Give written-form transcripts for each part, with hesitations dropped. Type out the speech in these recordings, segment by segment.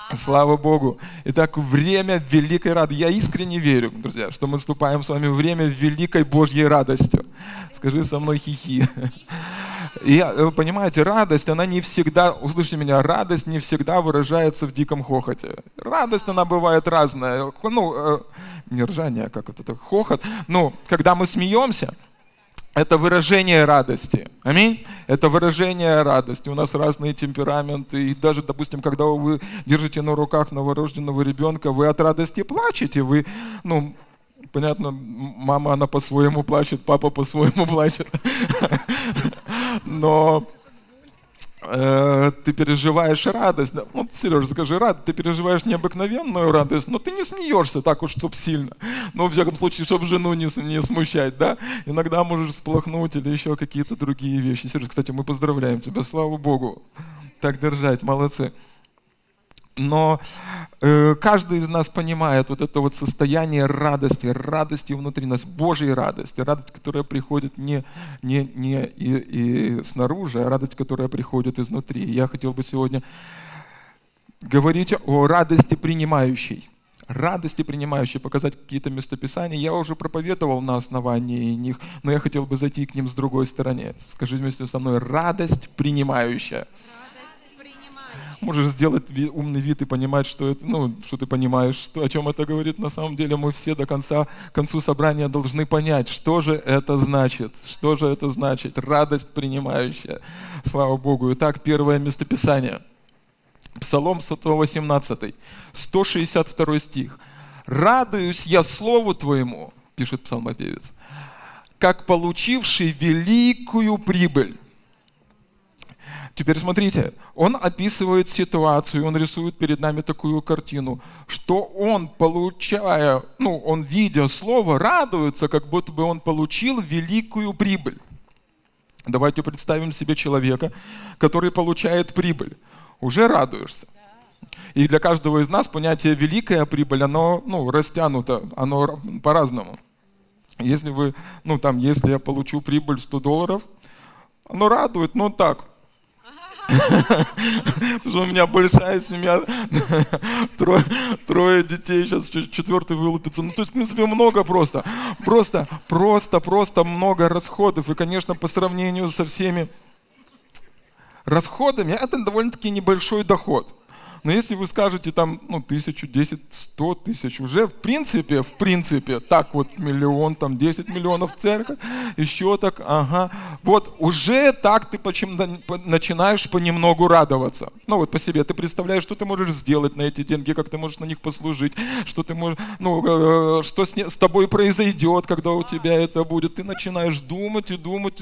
Слава Богу. Итак, время великой радости. Я искренне верю, друзья, что мы вступаем с вами в время великой Божьей радостью. Скажи со мной хихи. И вы понимаете, радость, она не всегда, услышьте меня, радость не всегда выражается в диком хохоте. Радость, она бывает разная. Не ржание, а как вот это, хохот. Когда мы смеемся, это выражение радости. Аминь. Это выражение радости. У нас разные темпераменты. И даже, допустим, когда вы держите на руках новорожденного ребенка, вы от радости плачете. Вы, понятно, мама, она по-своему плачет, папа по-своему плачет. Но ты переживаешь радость. Сережа, скажи, ты переживаешь необыкновенную радость, но ты не смеешься так уж, чтобы сильно. В всяком случае, чтобы жену не смущать, да? Иногда можешь всплакнуть или еще какие-то другие вещи. Сережа, кстати, мы поздравляем тебя, слава Богу. Так держать, молодцы. Но каждый из нас понимает вот это вот состояние радости внутри нас, Божьей радости, радость, которая приходит не снаружи, а радость, которая приходит изнутри. Я хотел бы сегодня говорить о радости принимающей. Радости принимающей, показать какие-то местописания. Я уже проповедовал на основании них, но я хотел бы зайти к ним с другой стороны. Скажи вместе со мной: радость принимающая. Можешь сделать умный вид и понимать, что это, что ты понимаешь, о чем это говорит. На самом деле мы все к концу собрания должны понять, что же это значит. Что же это значит? Радость принимающая. Слава Богу. Итак, первое местописание. Псалом 118, 162 стих. «Радуюсь я слову Твоему», пишет псалмопевец, «как получивший великую прибыль». Теперь смотрите, он описывает ситуацию, он рисует перед нами такую картину, что он, получая, он, видя слово, радуется, как будто бы он получил великую прибыль. Давайте представим себе человека, который получает прибыль. Уже радуешься. И для каждого из нас понятие «великая прибыль», оно растянуто, оно по-разному. Если если я получу прибыль $100, оно радует, так. Потому что у меня большая семья, трое детей, сейчас четвертый вылупится. То есть, в принципе, много просто. Просто много расходов. И, конечно, по сравнению со всеми расходами, это довольно-таки небольшой доход. Но если вы скажете 1000, 10, 100 тысяч, уже в принципе, так вот миллион, 10 миллионов в церковь, еще так, вот уже так ты начинаешь понемногу радоваться. По себе ты представляешь, что ты можешь сделать на эти деньги, как ты можешь на них послужить, что ты можешь, что с тобой произойдет, когда у тебя это будет. Ты начинаешь думать и думать.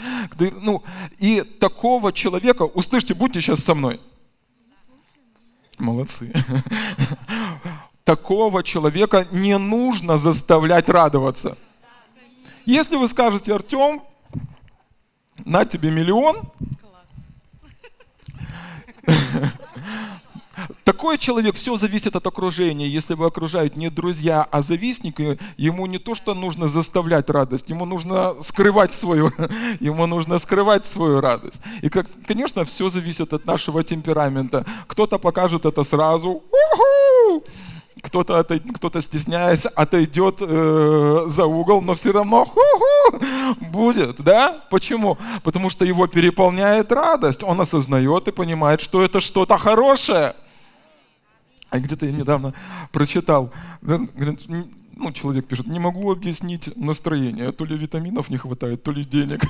И такого человека, услышьте, будьте сейчас со мной. Молодцы. Такого человека не нужно заставлять радоваться. Если вы скажете: Артем, на тебе миллион. Такой человек, все зависит от окружения. Если его окружают не друзья, а завистники, ему не то, что нужно заставлять радость, ему нужно скрывать свою радость. И, конечно, все зависит от нашего темперамента. Кто-то покажет это сразу, кто-то стесняясь, отойдет за угол, но все равно будет, да? Почему? Потому что его переполняет радость. Он осознает и понимает, что это что-то хорошее. А где-то я недавно прочитал, человек пишет: не могу объяснить настроение, то ли витаминов не хватает, то ли денег.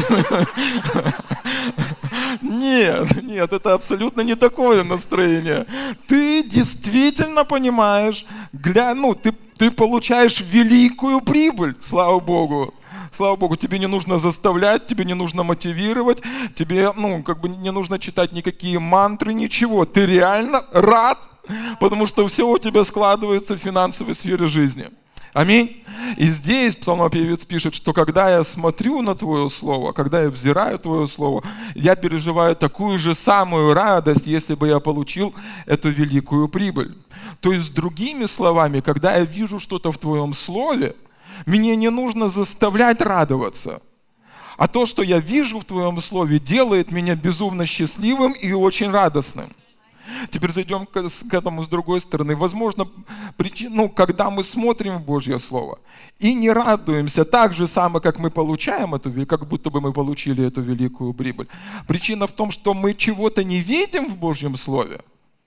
Нет, это абсолютно не такое настроение. Ты действительно понимаешь, ты получаешь великую прибыль, слава Богу. Слава Богу, тебе не нужно заставлять, тебе не нужно мотивировать, тебе, не нужно читать никакие мантры, ничего. Ты реально рад, потому что все у тебя складывается в финансовой сфере жизни. Аминь. И здесь псалмопевец пишет, что когда я смотрю на Твое Слово, когда я взираю Твое Слово, я переживаю такую же самую радость, если бы я получил эту великую прибыль. То есть, другими словами, когда я вижу что-то в Твоем Слове, мне не нужно заставлять радоваться. А то, что я вижу в Твоем Слове, делает меня безумно счастливым и очень радостным. Теперь зайдем к этому с другой стороны. Возможно, когда мы смотрим в Божье Слово и не радуемся так же само, как мы получаем как будто бы мы получили эту великую прибыль. Причина в том, что мы чего-то не видим в Божьем Слове.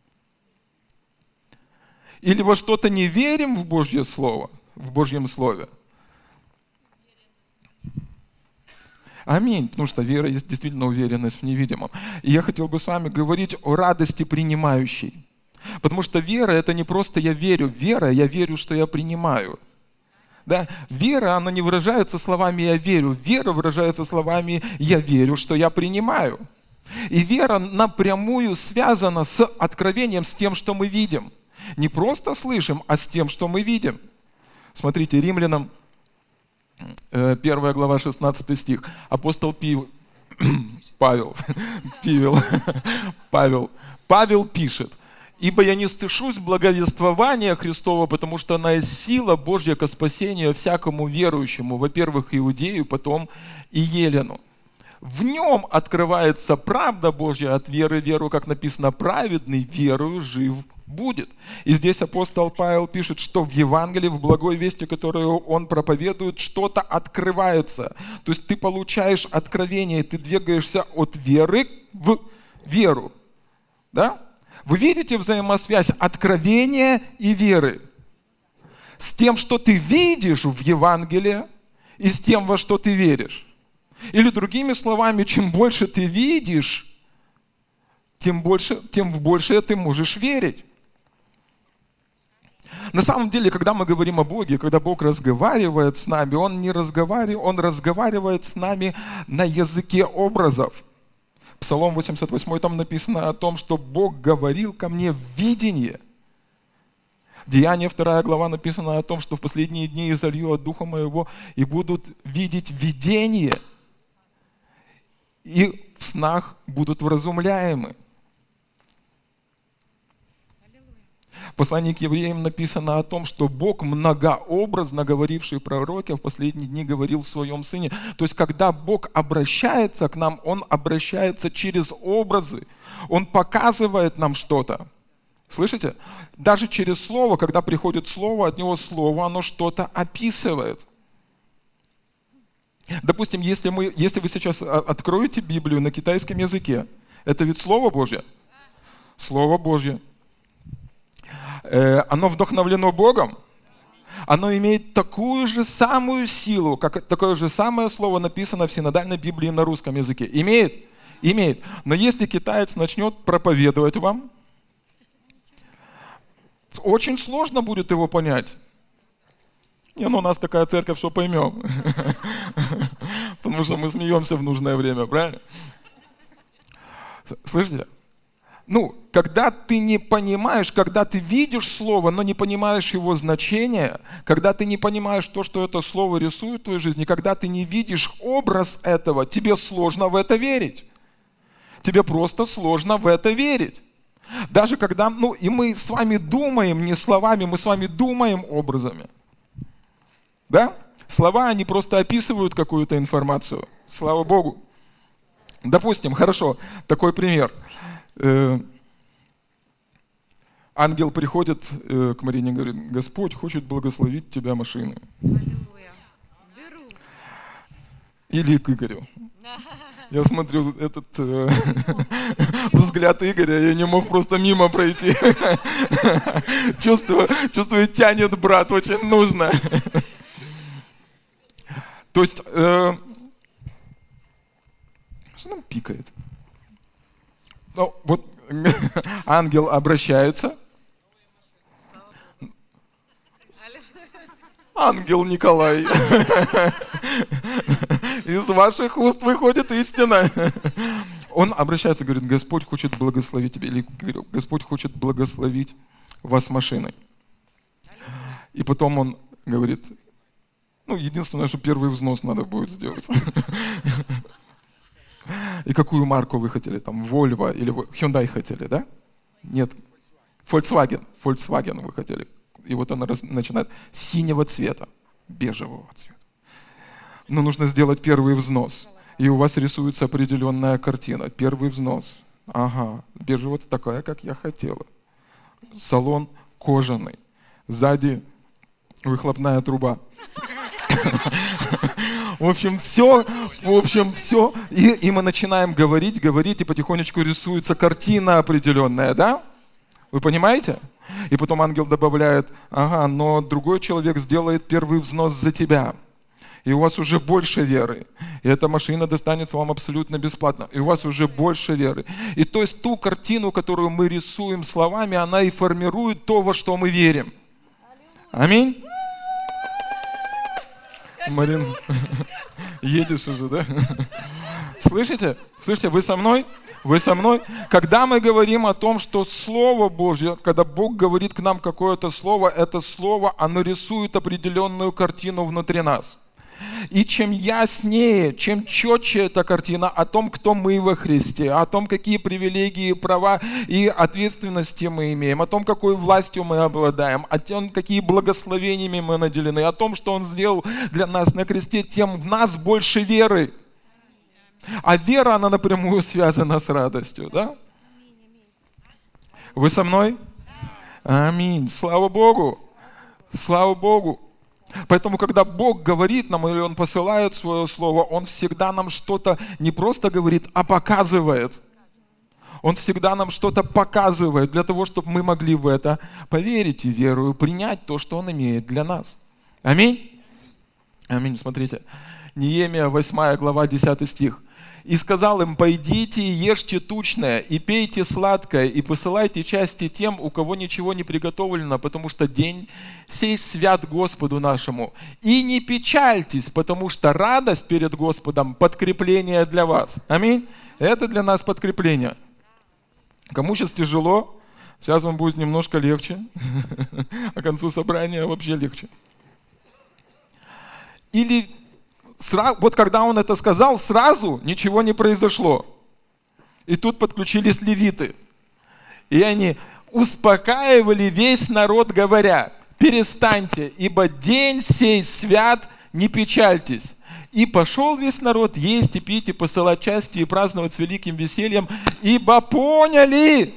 Или во что-то не верим в Божье Слово, в Божьем Слове. Аминь. Потому что вера есть действительно уверенность в невидимом. И я хотел бы с вами говорить о радости принимающей. Потому что вера — это не просто я верю. Вера — я верю, что я принимаю. Да? Вера, она не выражается словами «я верю». Вера выражается словами «я верю, что я принимаю». И вера напрямую связана с откровением, с тем, что мы видим. Не просто слышим, а с тем, что мы видим. Смотрите, Римлянам 1 глава, 16 стих. Апостол Павел пишет: «Ибо я не стыжусь благовествования Христова, потому что она есть сила Божья ко спасению всякому верующему, во-первых, иудею, потом и елену. В нем открывается правда Божья от веры в веру, как написано: праведный верою жив будет». И здесь апостол Павел пишет, что в Евангелии, в благой вести, которую он проповедует, что-то открывается. То есть ты получаешь откровение, ты двигаешься от веры в веру. Да? Вы видите взаимосвязь откровения и веры? С тем, что ты видишь в Евангелии, и с тем, во что ты веришь. Или другими словами, чем больше ты видишь, тем в большее ты можешь верить. На самом деле, когда мы говорим о Боге, когда Бог разговаривает с нами, Он разговаривает с нами на языке образов. Псалом 88, там написано о том, что Бог говорил ко мне в видении. Деяние 2 глава написано о том, что в последние дни изолью от Духа Моего и будут видеть видение, и в снах будут вразумляемы. В послании к евреям написано о том, что Бог, многообразно говоривший пророки, в последние дни говорил в своем Сыне. То есть, когда Бог обращается к нам, Он обращается через образы. Он показывает нам что-то. Слышите? Даже через Слово, когда приходит Слово, от Него Слово, оно что-то описывает. Допустим, если вы сейчас откроете Библию на китайском языке, это ведь Слово Божье? Слово Божье. Оно вдохновлено Богом, оно имеет такую же самую силу, как такое же самое слово написано в синодальной Библии на русском языке. Имеет? Имеет. Но если китаец начнет проповедовать вам, очень сложно будет его понять. У нас такая церковь, что поймем. Потому что мы смеемся в нужное время, правильно? Слышите? Когда ты не понимаешь, когда ты видишь слово, но не понимаешь его значение, когда ты не понимаешь то, что это слово рисует в твоей жизни, когда ты не видишь образ этого, тебе сложно в это верить. Тебе просто сложно в это верить. Даже когда, и мы с вами думаем не словами, мы с вами думаем образами. Да? Слова, они просто описывают какую-то информацию. Слава Богу. Допустим, хорошо, такой пример. Ангел приходит к Марине и говорит: Господь хочет благословить тебя машиной. Или к Игорю. Я смотрю этот взгляд Игоря, я не мог просто мимо пройти. Чувствую, тянет брат, очень нужно. То есть, что нам пикает? Вот ангел обращается. Ангел Николай. Из ваших уст выходит истина. Он обращается и говорит: Господь хочет благословить тебя. Или Господь хочет благословить вас машиной. И потом он говорит: единственное, что первый взнос надо будет сделать. И какую марку вы хотели? Там Volvo или Hyundai хотели, да? Нет. Volkswagen вы хотели. И вот она начинает синего цвета, бежевого цвета. Но нужно сделать первый взнос. И у вас рисуется определенная картина. Первый взнос. Ага, бежит вот такая, как я хотела. Салон кожаный. Сзади выхлопная труба. В общем, все. И мы начинаем говорить, и потихонечку рисуется картина определенная, да? Вы понимаете? И потом ангел добавляет, ага, но другой человек сделает первый взнос за тебя. И у вас уже больше веры. И эта машина достанется вам абсолютно бесплатно. И у вас уже больше веры. И то есть ту картину, которую мы рисуем словами, она и формирует то, во что мы верим. Аминь. Марин, едешь уже, да? Слышите? Слышите, вы со мной? Вы со мной? Когда мы говорим о том, что Слово Божье, когда Бог говорит к нам какое-то слово, это слово, оно рисует определенную картину внутри нас. И чем яснее, чем четче эта картина о том, кто мы во Христе, о том, какие привилегии, права и ответственности мы имеем, о том, какой властью мы обладаем, о том, какие благословениями мы наделены, о том, что Он сделал для нас на кресте, тем в нас больше веры. А вера, она напрямую связана с радостью, да? Вы со мной? Аминь. Слава Богу. Слава Богу. Поэтому, когда Бог говорит нам, или Он посылает Свое Слово, Он всегда нам что-то не просто говорит, а показывает. Он всегда нам что-то показывает для того, чтобы мы могли в это поверить и верою принять то, что Он имеет для нас. Аминь? Аминь. Смотрите. Неемия 8 глава 10 стих. «И сказал им, пойдите и ешьте тучное, и пейте сладкое, и посылайте части тем, у кого ничего не приготовлено, потому что день сей свят Господу нашему. И не печальтесь, потому что радость перед Господом – подкрепление для вас». Аминь. Это для нас подкрепление. Кому сейчас тяжело, сейчас вам будет немножко легче, а к концу собрания вообще легче. Или вот когда он это сказал, сразу ничего не произошло. И тут подключились левиты. И они успокаивали весь народ, говоря, перестаньте, ибо день сей свят, не печальтесь. И пошел весь народ есть и пить, и посылать части, и праздновать с великим весельем, ибо поняли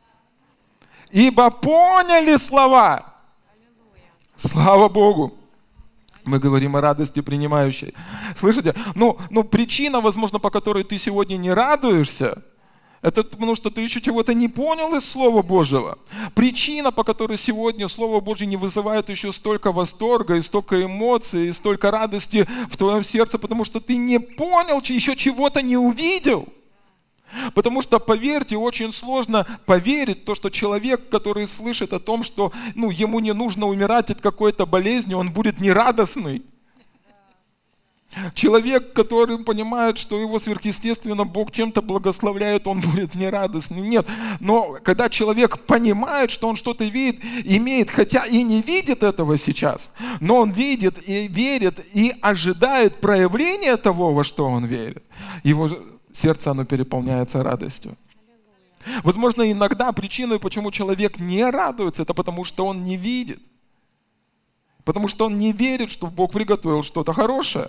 слова. Слава Богу. Мы говорим о радости принимающей. Слышите? Причина, возможно, по которой ты сегодня не радуешься, это потому, что ты еще чего-то не понял из Слова Божьего. Причина, по которой сегодня Слово Божье не вызывает еще столько восторга, и столько эмоций, и столько радости в твоем сердце, потому что ты не понял, еще чего-то не увидел. Потому что, поверьте, очень сложно поверить в то, что человек, который слышит о том, что ему не нужно умирать от какой-то болезни, он будет нерадостный. Человек, который понимает, что его сверхъестественно Бог чем-то благословляет, он будет нерадостный. Нет. Но когда человек понимает, что он что-то имеет, хотя и не видит этого сейчас, но он видит и верит, и ожидает проявления того, во что он верит, его сердце, оно переполняется радостью. Возможно, иногда причиной, почему человек не радуется, это потому, что он не видит. Потому что он не верит, что Бог приготовил что-то хорошее.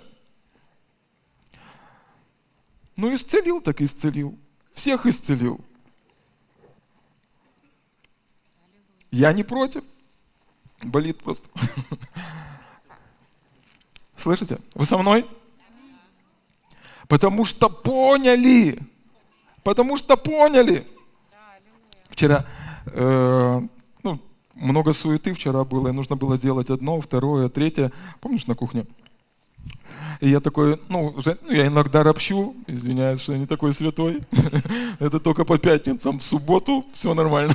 Исцелил, так исцелил. Всех исцелил. Я не против. Болит просто. Слышите? Вы со мной? Потому что поняли. Вчера много суеты вчера было, и нужно было делать одно, второе, третье. Помнишь, на кухне? И я такой, я иногда ропщу, извиняюсь, что я не такой святой. Это только по пятницам, в субботу все нормально.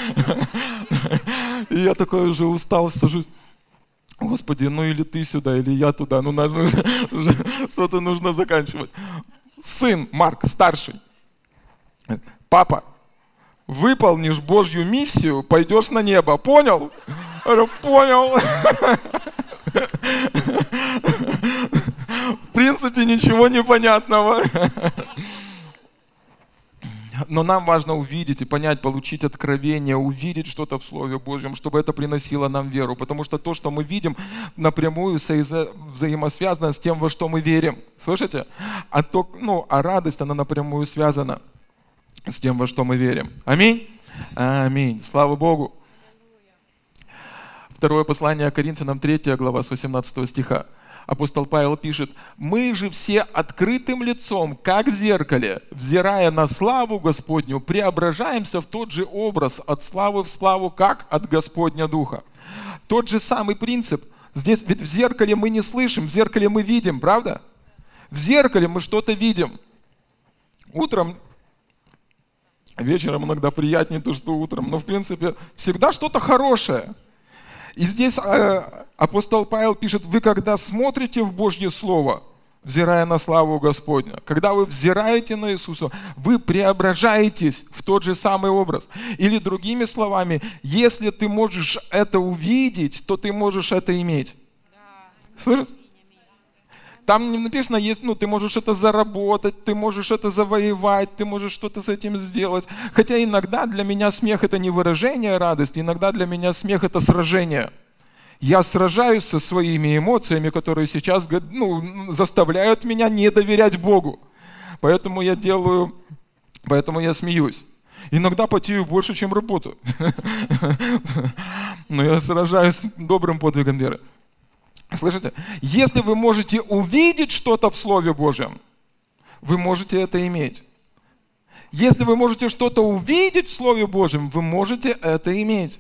И я такой уже устал, сажусь. Господи, или ты сюда, или я туда, что-то нужно заканчивать. Сын Марк, старший. Папа, выполнишь Божью миссию, пойдешь на небо, понял? Я говорю, понял. В принципе, ничего непонятного. Но нам важно увидеть и понять, получить откровение, увидеть что-то в Слове Божьем, чтобы это приносило нам веру. Потому что то, что мы видим, напрямую взаимосвязано с тем, во что мы верим. Слышите? А радость, она напрямую связана. с тем, во что мы верим. Аминь? Аминь. Слава Богу. Второе послание Коринфянам, 3 глава, с 18 стиха. Апостол Павел пишет: «Мы же все открытым лицом, как в зеркале, взирая на славу Господню, преображаемся в тот же образ от славы в славу, как от Господня Духа». Тот же самый принцип. Здесь ведь в зеркале мы не слышим, в зеркале мы видим, правда? В зеркале мы что-то видим. Утром, вечером иногда приятнее то, что утром, но в принципе всегда что-то хорошее. И здесь апостол Павел пишет: вы когда смотрите в Божье Слово, взирая на славу Господня, когда вы взираете на Иисуса, вы преображаетесь в тот же самый образ. Или другими словами, если ты можешь это увидеть, то ты можешь это иметь. Слышишь? Там не написано, ты можешь это заработать, ты можешь это завоевать, ты можешь что-то с этим сделать. Хотя иногда для меня смех — это не выражение радости, иногда для меня смех — это сражение. Я сражаюсь со своими эмоциями, которые сейчас заставляют меня не доверять Богу. Поэтому я смеюсь. Иногда потею больше, чем работаю. Но я сражаюсь добрым подвигом веры. Слышите? Если вы можете увидеть что-то в Слове Божьем, вы можете это иметь. Если вы можете что-то увидеть в Слове Божьем, вы можете это иметь.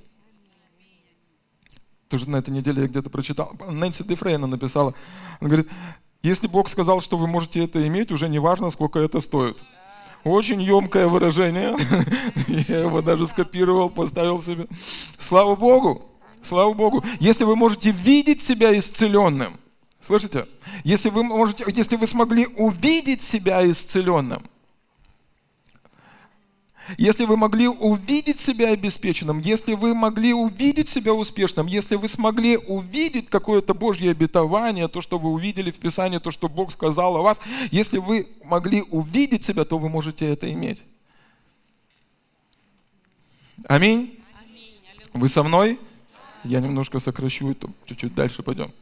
Тоже на этой неделе я где-то прочитал. Нэнси Дефрейна написала. Она говорит: если Бог сказал, что вы можете это иметь, уже не важно, сколько это стоит. Очень емкое выражение. Я его даже скопировал, поставил себе. Слава Богу! Слава Богу. Если вы можете видеть себя исцеленным, слышите? Если вы смогли увидеть себя исцеленным, если вы могли увидеть себя обеспеченным, если вы могли увидеть себя успешным, если вы смогли увидеть какое-то Божье обетование, то, что вы увидели в Писании, то, что Бог сказал о вас, если вы могли увидеть себя, то вы можете это иметь. Аминь. Вы со мной? Я немножко сокращу, то чуть-чуть дальше пойдем.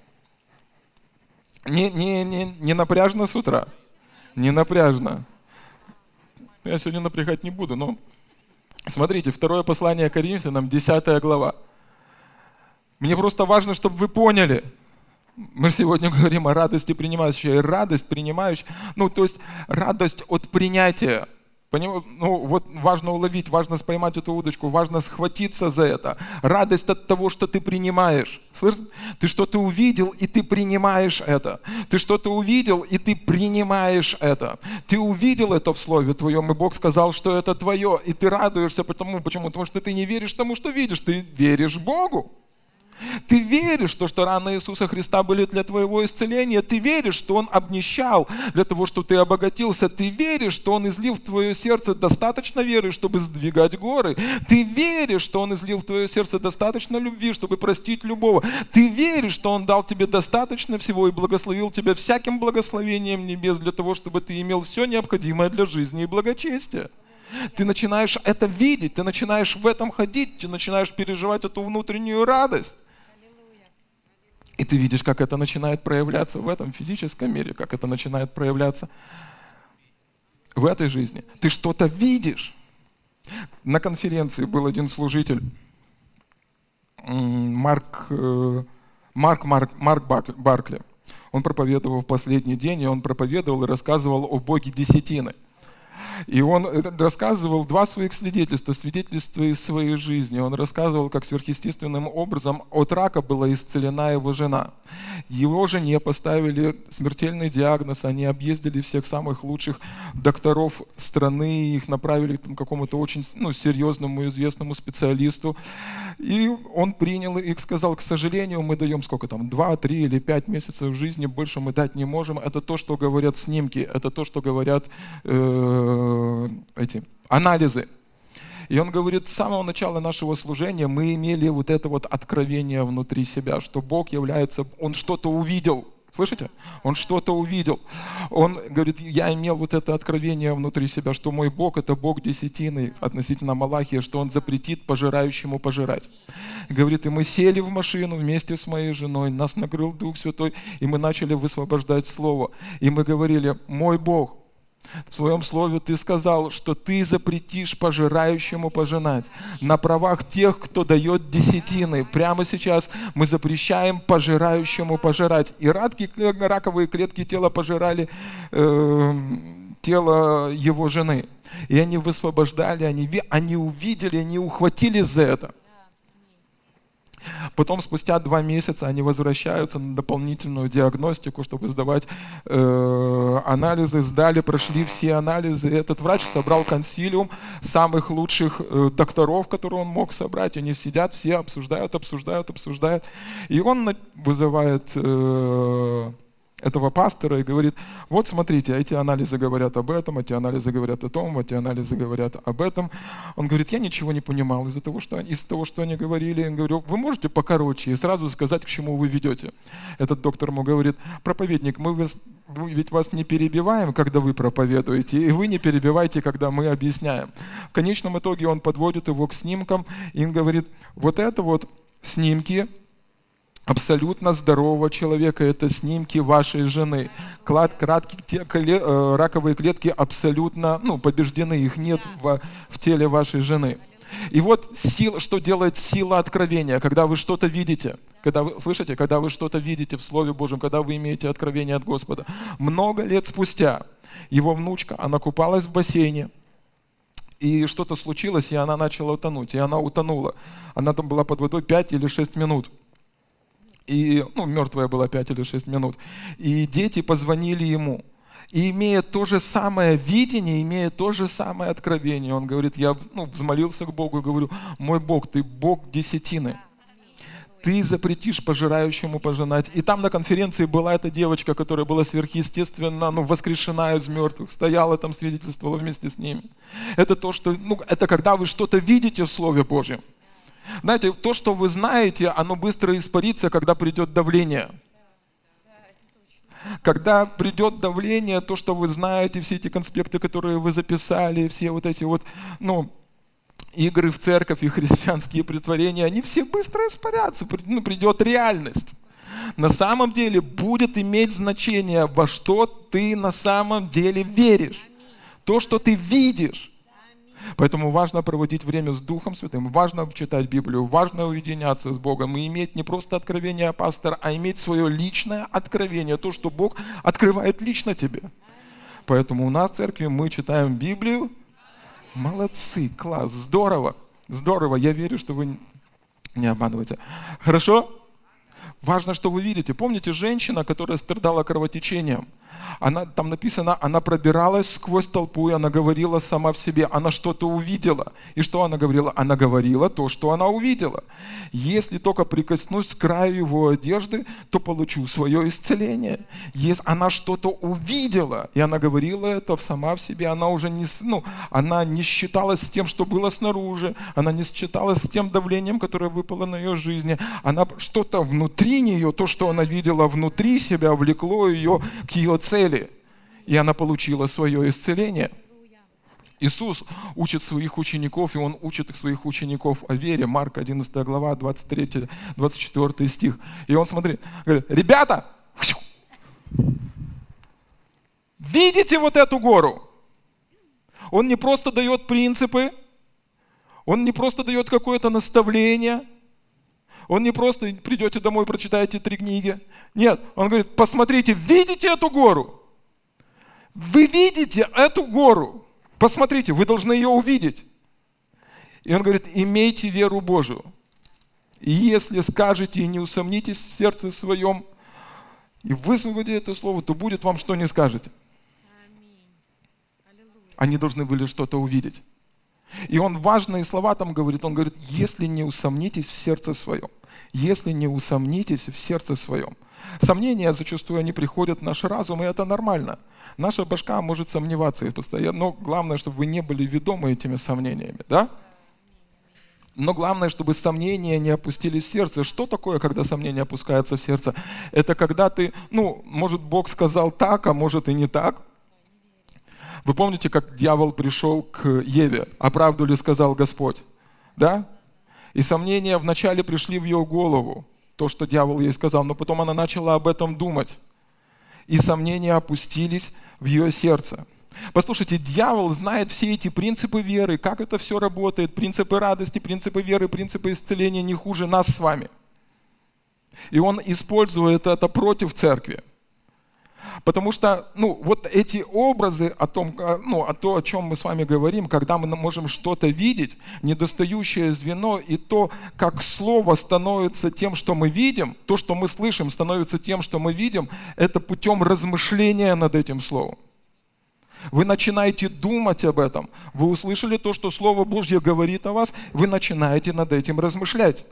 Не напряжно с утра. Не напряжно. Я сегодня напрягать не буду, но смотрите, второе послание Коринфянам, 10 глава. Мне просто важно, чтобы вы поняли. Мы сегодня говорим о радости принимающей. Радость принимающая, то есть радость от принятия. Вот важно уловить, важно поймать эту удочку, важно схватиться за это. Радость от того, что ты принимаешь. Слышишь? Ты что-то увидел, и ты принимаешь это. Ты что-то увидел, и ты принимаешь это. Ты увидел это в Слове Твоем, и Бог сказал, что это твое, и ты радуешься. Почему? Потому что ты не веришь тому, что видишь, ты веришь Богу. Ты веришь, что раны Иисуса Христа были для твоего исцеления. Ты веришь, что Он обнищал для того, чтобы ты обогатился. Ты веришь, что Он излил в твое сердце достаточно веры, чтобы сдвигать горы. Ты веришь, что Он излил в твое сердце достаточно любви, чтобы простить любого. Ты веришь, что Он дал тебе достаточно всего и благословил тебя всяким благословением небес для того, чтобы ты имел все необходимое для жизни и благочестия. Ты начинаешь это видеть, ты начинаешь в этом ходить, ты начинаешь переживать эту внутреннюю радость. И ты видишь, как это начинает проявляться в этом физическом мире, как это начинает проявляться в этой жизни. Ты что-то видишь. На конференции был один служитель, Марк Баркли. Он проповедовал в последний день, и он проповедовал и рассказывал о Боге десятины. И он рассказывал два своих свидетельства из своей жизни. Он рассказывал, как сверхъестественным образом от рака была исцелена его жена. Его жене поставили смертельный диагноз, они объездили всех самых лучших докторов страны, их направили к какому-то очень серьезному, известному специалисту. И он принял их, сказал: к сожалению, мы даем 2, 3 или 5 месяцев жизни, больше мы дать не можем. Это то, что говорят снимки, это то, что говорят эти анализы. И он говорит: с самого начала нашего служения мы имели вот это вот откровение внутри себя, что Бог является, Он что-то увидел. Слышите? Он что-то увидел. Он говорит: я имел вот это откровение внутри себя, что мой Бог — это Бог десятины относительно Малахии, что Он запретит пожирающему пожирать. Говорит: и мы сели в машину вместе с моей женой, нас накрыл Дух Святой, и мы начали высвобождать Слово. И мы говорили: мой Бог, В своем слове ты сказал, что ты запретишь пожирающему пожинать на правах тех, кто дает десятины. Прямо сейчас мы запрещаем пожирающему пожирать. И раковые клетки тела пожирали тело его жены. И они высвобождали, они увидели, они ухватились за это. Потом, спустя 2 месяца, они возвращаются на дополнительную диагностику, чтобы сдавать анализы. Сдали, прошли все анализы. И этот врач собрал консилиум самых лучших докторов, которые он мог собрать. Они сидят, все обсуждают. И он вызывает этого пастора и говорит: вот смотрите, эти анализы говорят об этом, эти анализы говорят о том, эти анализы говорят об этом. Он говорит: я ничего не понимал из того, что они говорили. Я говорю: вы можете покороче и сразу сказать, к чему вы ведете? Этот доктор ему говорит: проповедник, мы ведь вас не перебиваем, когда вы проповедуете, и вы не перебиваете, когда мы объясняем. В конечном итоге он подводит его к снимкам и говорит: вот это вот снимки абсолютно здорового человека, это снимки вашей жены. Раковые клетки абсолютно побеждены, их нет в теле вашей жены. И вот что делает сила откровения, когда вы что-то видите, когда вы что-то видите в Слове Божьем, когда вы имеете откровение от Господа. Много лет спустя его внучка, она купалась в бассейне, и что-то случилось, и она начала тонуть, и она утонула. Она там была под водой 5 или 6 минут. И, мертвая была 5 или 6 минут. И дети позвонили ему. И имея то же самое видение, имея то же самое откровение, он говорит: я взмолился к Богу и говорю: мой Бог, ты Бог десятины. Ты запретишь пожирающему пожинать. И там на конференции была эта девочка, которая была сверхъестественно воскрешена из мертвых, стояла там, свидетельствовала вместе с ними. Это то, что, это когда вы что-то видите в Слове Божьем. Знаете, то, что вы знаете, оно быстро испарится, когда придет давление. Когда придет давление, то, что вы знаете, все эти конспекты, которые вы записали, все вот эти игры в церковь и христианские претворения, они все быстро испарятся, придет реальность. На самом деле будет иметь значение, во что ты на самом деле веришь. То, что ты видишь. Поэтому важно проводить время с Духом Святым, важно читать Библию, важно уединяться с Богом и иметь не просто откровение пастора, а иметь свое личное откровение, то, что Бог открывает лично тебе. Поэтому у нас в церкви мы читаем Библию. Молодцы, класс, здорово, здорово. Я верю, что вы не обманываете. Хорошо? Важно, что вы видите. Помните, женщина, которая страдала кровотечением? Там написано, она пробиралась сквозь толпу, и она говорила сама в себе, она что-то увидела. И что она говорила? Она говорила то, что она увидела. Если только прикоснусь к краю его одежды, то получу свое исцеление. Если она что-то увидела, и она говорила это сама в себе, она уже она не считалась с тем, что было снаружи, она не считалась с тем давлением, которое выпало на ее жизни. Она что-то внутри нее, то, что она видела внутри себя, влекло ее к ее цели, и она получила свое исцеление. Иисус учит своих учеников, и Он учит своих учеников о вере. Марк 11 глава, 23-24 стих. И Он говорит: ребята, видите вот эту гору? Он не просто дает принципы, Он не просто дает какое-то наставление, Он не просто придете домой, прочитаете 3 книги. Нет, Он говорит: посмотрите, видите эту гору? Вы видите эту гору? Посмотрите, вы должны ее увидеть. И Он говорит: имейте веру Божию. И если скажете и не усомнитесь в сердце своем, и высвободите это слово, то будет вам, что не скажете. Они должны были что-то увидеть. И Он важные слова там говорит. Он говорит: если не усомнитесь в сердце своем. Если не усомнитесь в сердце своем. Сомнения зачастую они приходят в наш разум, и это нормально. Наша башка может сомневаться и постоянно, но главное, чтобы вы не были ведомы этими сомнениями, да? Но главное, чтобы сомнения не опустились в сердце. Что такое, когда сомнения опускаются в сердце? Это когда ты, может, Бог сказал так, а может и не так. Вы помните, как дьявол пришел к Еве? А правду ли сказал Господь? Да? И сомнения вначале пришли в ее голову, то, что дьявол ей сказал, но потом она начала об этом думать. И сомнения опустились в ее сердце. Послушайте, дьявол знает все эти принципы веры, как это все работает, принципы радости, принципы веры, принципы исцеления не хуже нас с вами. И он использует это против церкви. Потому что, вот эти образы о том, о чем мы с вами говорим, когда мы можем что-то видеть, недостающее звено, и то, как слово становится тем, что мы видим, то, что мы слышим, становится тем, что мы видим, это путем размышления над этим словом. Вы начинаете думать об этом. Вы услышали то, что Слово Божье говорит о вас, вы начинаете над этим размышлять.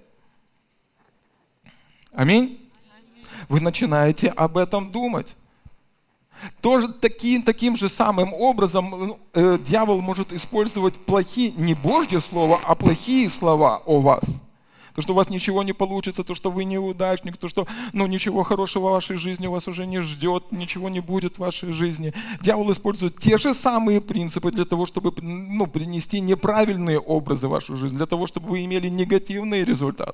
Аминь? Вы начинаете об этом думать. Тоже таким же самым образом дьявол может использовать плохие, не Божье слово, а плохие слова о вас. То, что у вас ничего не получится, то, что вы неудачник, то, что ничего хорошего в вашей жизни вас уже не ждет, ничего не будет в вашей жизни. Дьявол использует те же самые принципы для того, чтобы принести неправильные образы в вашу жизнь, для того, чтобы вы имели негативный результат.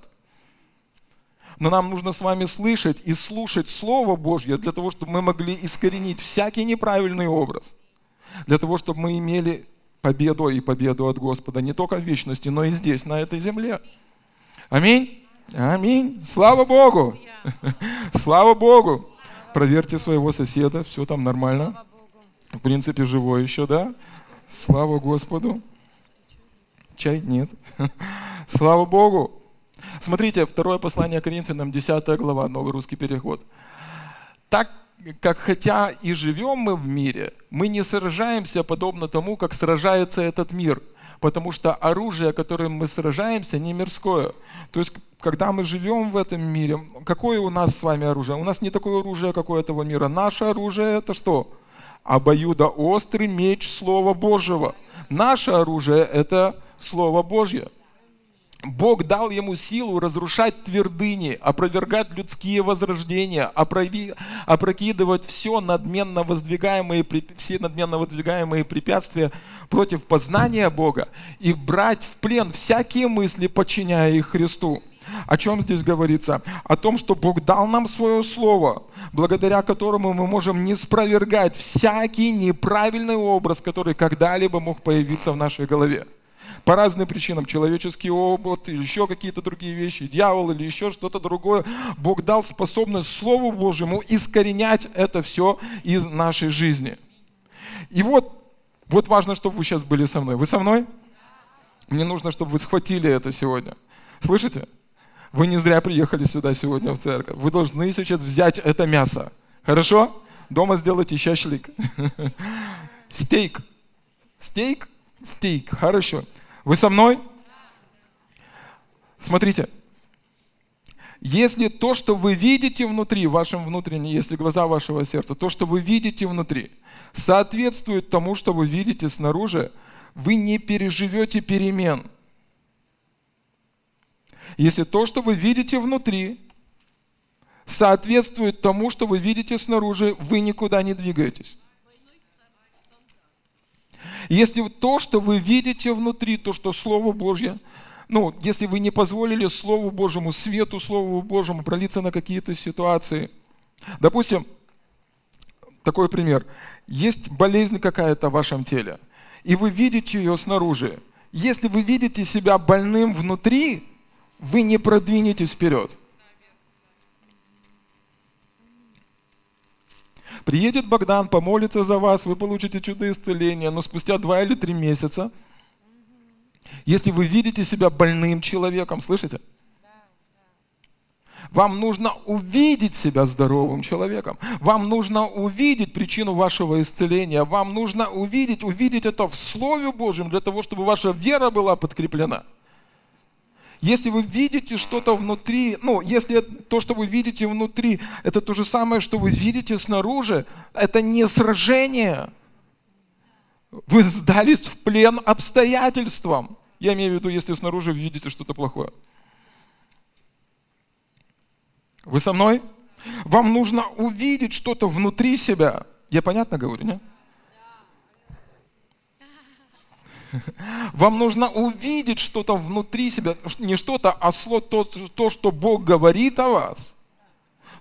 Но нам нужно с вами слышать и слушать Слово Божье для того, чтобы мы могли искоренить всякий неправильный образ. Для того, чтобы мы имели победу и победу от Господа не только в вечности, но и здесь, на этой земле. Аминь. Аминь. Слава Богу. Слава Богу. Проверьте своего соседа, все там нормально. В принципе, живой еще, да? Слава Господу. Чай? Нет. Слава Богу. Смотрите, второе послание Коринфянам, 10 глава, новый русский перевод. Так как хотя и живем мы в мире, мы не сражаемся подобно тому, как сражается этот мир, потому что оружие, которым мы сражаемся, не мирское. То есть, когда мы живем в этом мире, какое у нас с вами оружие? У нас не такое оружие, как у этого мира. Наше оружие это что? Обоюдоострый меч Слова Божьего. Наше оружие это Слово Божье. Бог дал ему силу разрушать твердыни, опровергать людские возрождения, опрокидывать все надменно воздвигаемые препятствия против познания Бога и брать в плен всякие мысли, подчиняя их Христу. О чем здесь говорится? О том, что Бог дал нам свое слово, благодаря которому мы можем не спровергать всякий неправильный образ, который когда-либо мог появиться в нашей голове. По разным причинам, человеческий опыт или еще какие-то другие вещи, дьявол или еще что-то другое, Бог дал способность Слову Божьему искоренять это все из нашей жизни. И вот важно, чтобы вы сейчас были со мной. Вы со мной? Мне нужно, чтобы вы схватили это сегодня. Слышите? Вы не зря приехали сюда сегодня в церковь. Вы должны сейчас взять это мясо. Хорошо? Дома сделайте шашлык. Стейк. Стейк? Стейк. Хорошо. Вы со мной? Смотрите. Если то, что вы видите внутри, в вашем внутреннем, если глаза вашего сердца, то, что вы видите внутри, соответствует тому, что вы видите снаружи, вы не переживете перемен. Если то, что вы видите внутри, соответствует тому, что вы видите снаружи, вы никуда не двигаетесь. Если то, что вы видите внутри, то, что Слово Божье, если вы не позволили Слову Божьему, свету Слову Божьему пролиться на какие-то ситуации. Допустим, такой пример. Есть болезнь какая-то в вашем теле, и вы видите ее снаружи. Если вы видите себя больным внутри, вы не продвинетесь вперед. Приедет Богдан, помолится за вас, вы получите чудо исцеления, но спустя 2 или 3 месяца, если вы видите себя больным человеком, слышите? Вам нужно увидеть себя здоровым человеком. Вам нужно увидеть причину вашего исцеления. Вам нужно увидеть это в Слове Божьем, для того, чтобы ваша вера была подкреплена. Если вы видите что-то внутри, если то, что вы видите внутри, это то же самое, что вы видите снаружи, это не сражение. Вы сдались в плен обстоятельствам. Я имею в виду, если снаружи вы видите что-то плохое. Вы со мной? Вам нужно увидеть что-то внутри себя. Я понятно говорю, нет? Вам нужно увидеть что-то внутри себя, не что-то, а то, что Бог говорит о вас.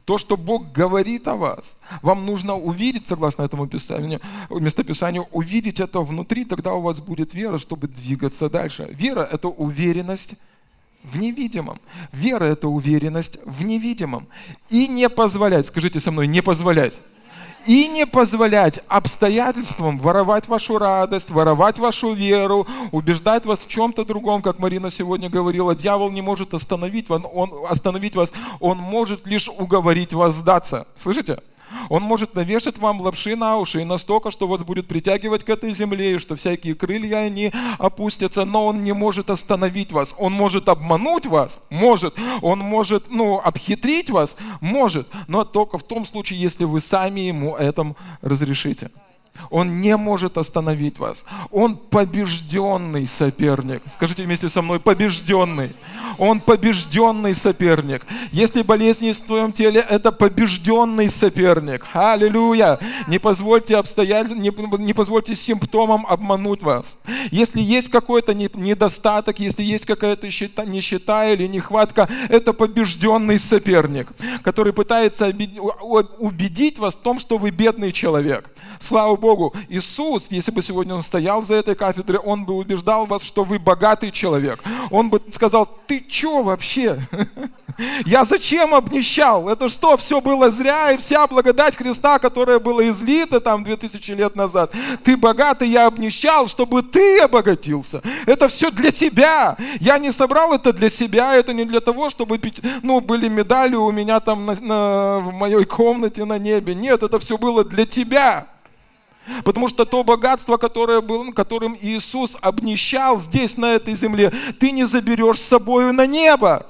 То, что Бог говорит о вас, вам нужно увидеть, согласно этому местописанию, увидеть это внутри, тогда у вас будет вера, чтобы двигаться дальше. Вера – это уверенность в невидимом. Вера – это уверенность в невидимом. И не позволять, скажите со мной, не позволять. И не позволять обстоятельствам воровать вашу радость, воровать вашу веру, убеждать вас в чем-то другом, как Марина сегодня говорила. Дьявол не может остановить вас, он может лишь уговорить вас сдаться. Слышите? Он может навешать вам лапши на уши и настолько, что вас будет притягивать к этой земле, и что всякие крылья, они опустятся, но он не может остановить вас. Он может обмануть вас, может. Он может, обхитрить вас, может. Но только в том случае, если вы сами ему этому разрешите. Он не может остановить вас. Он побежденный соперник. Скажите вместе со мной, побежденный. Он побежденный соперник. Если болезнь есть в твоем теле, это побежденный соперник. Аллилуйя! Не позвольте не позвольте симптомам обмануть вас. Если есть какой-то недостаток, если есть какая-то нищета или нехватка, это побежденный соперник, который пытается убедить вас в том, что вы бедный человек. Слава Богу, Иисус, если бы сегодня Он стоял за этой кафедрой, Он бы убеждал вас, что вы богатый человек. Он бы сказал: ты что вообще? Я зачем обнищал? Это что, все было зря, и вся благодать Христа, которая была излита там 2000 лет назад. Ты богатый, я обнищал, чтобы ты обогатился. Это все для тебя. Я не собрал это для себя, это не для того, чтобы были медали у меня там в моей комнате на небе. Нет, это все было для тебя. Потому что то богатство, которым Иисус обнищал здесь, на этой земле, ты не заберешь с собой на небо.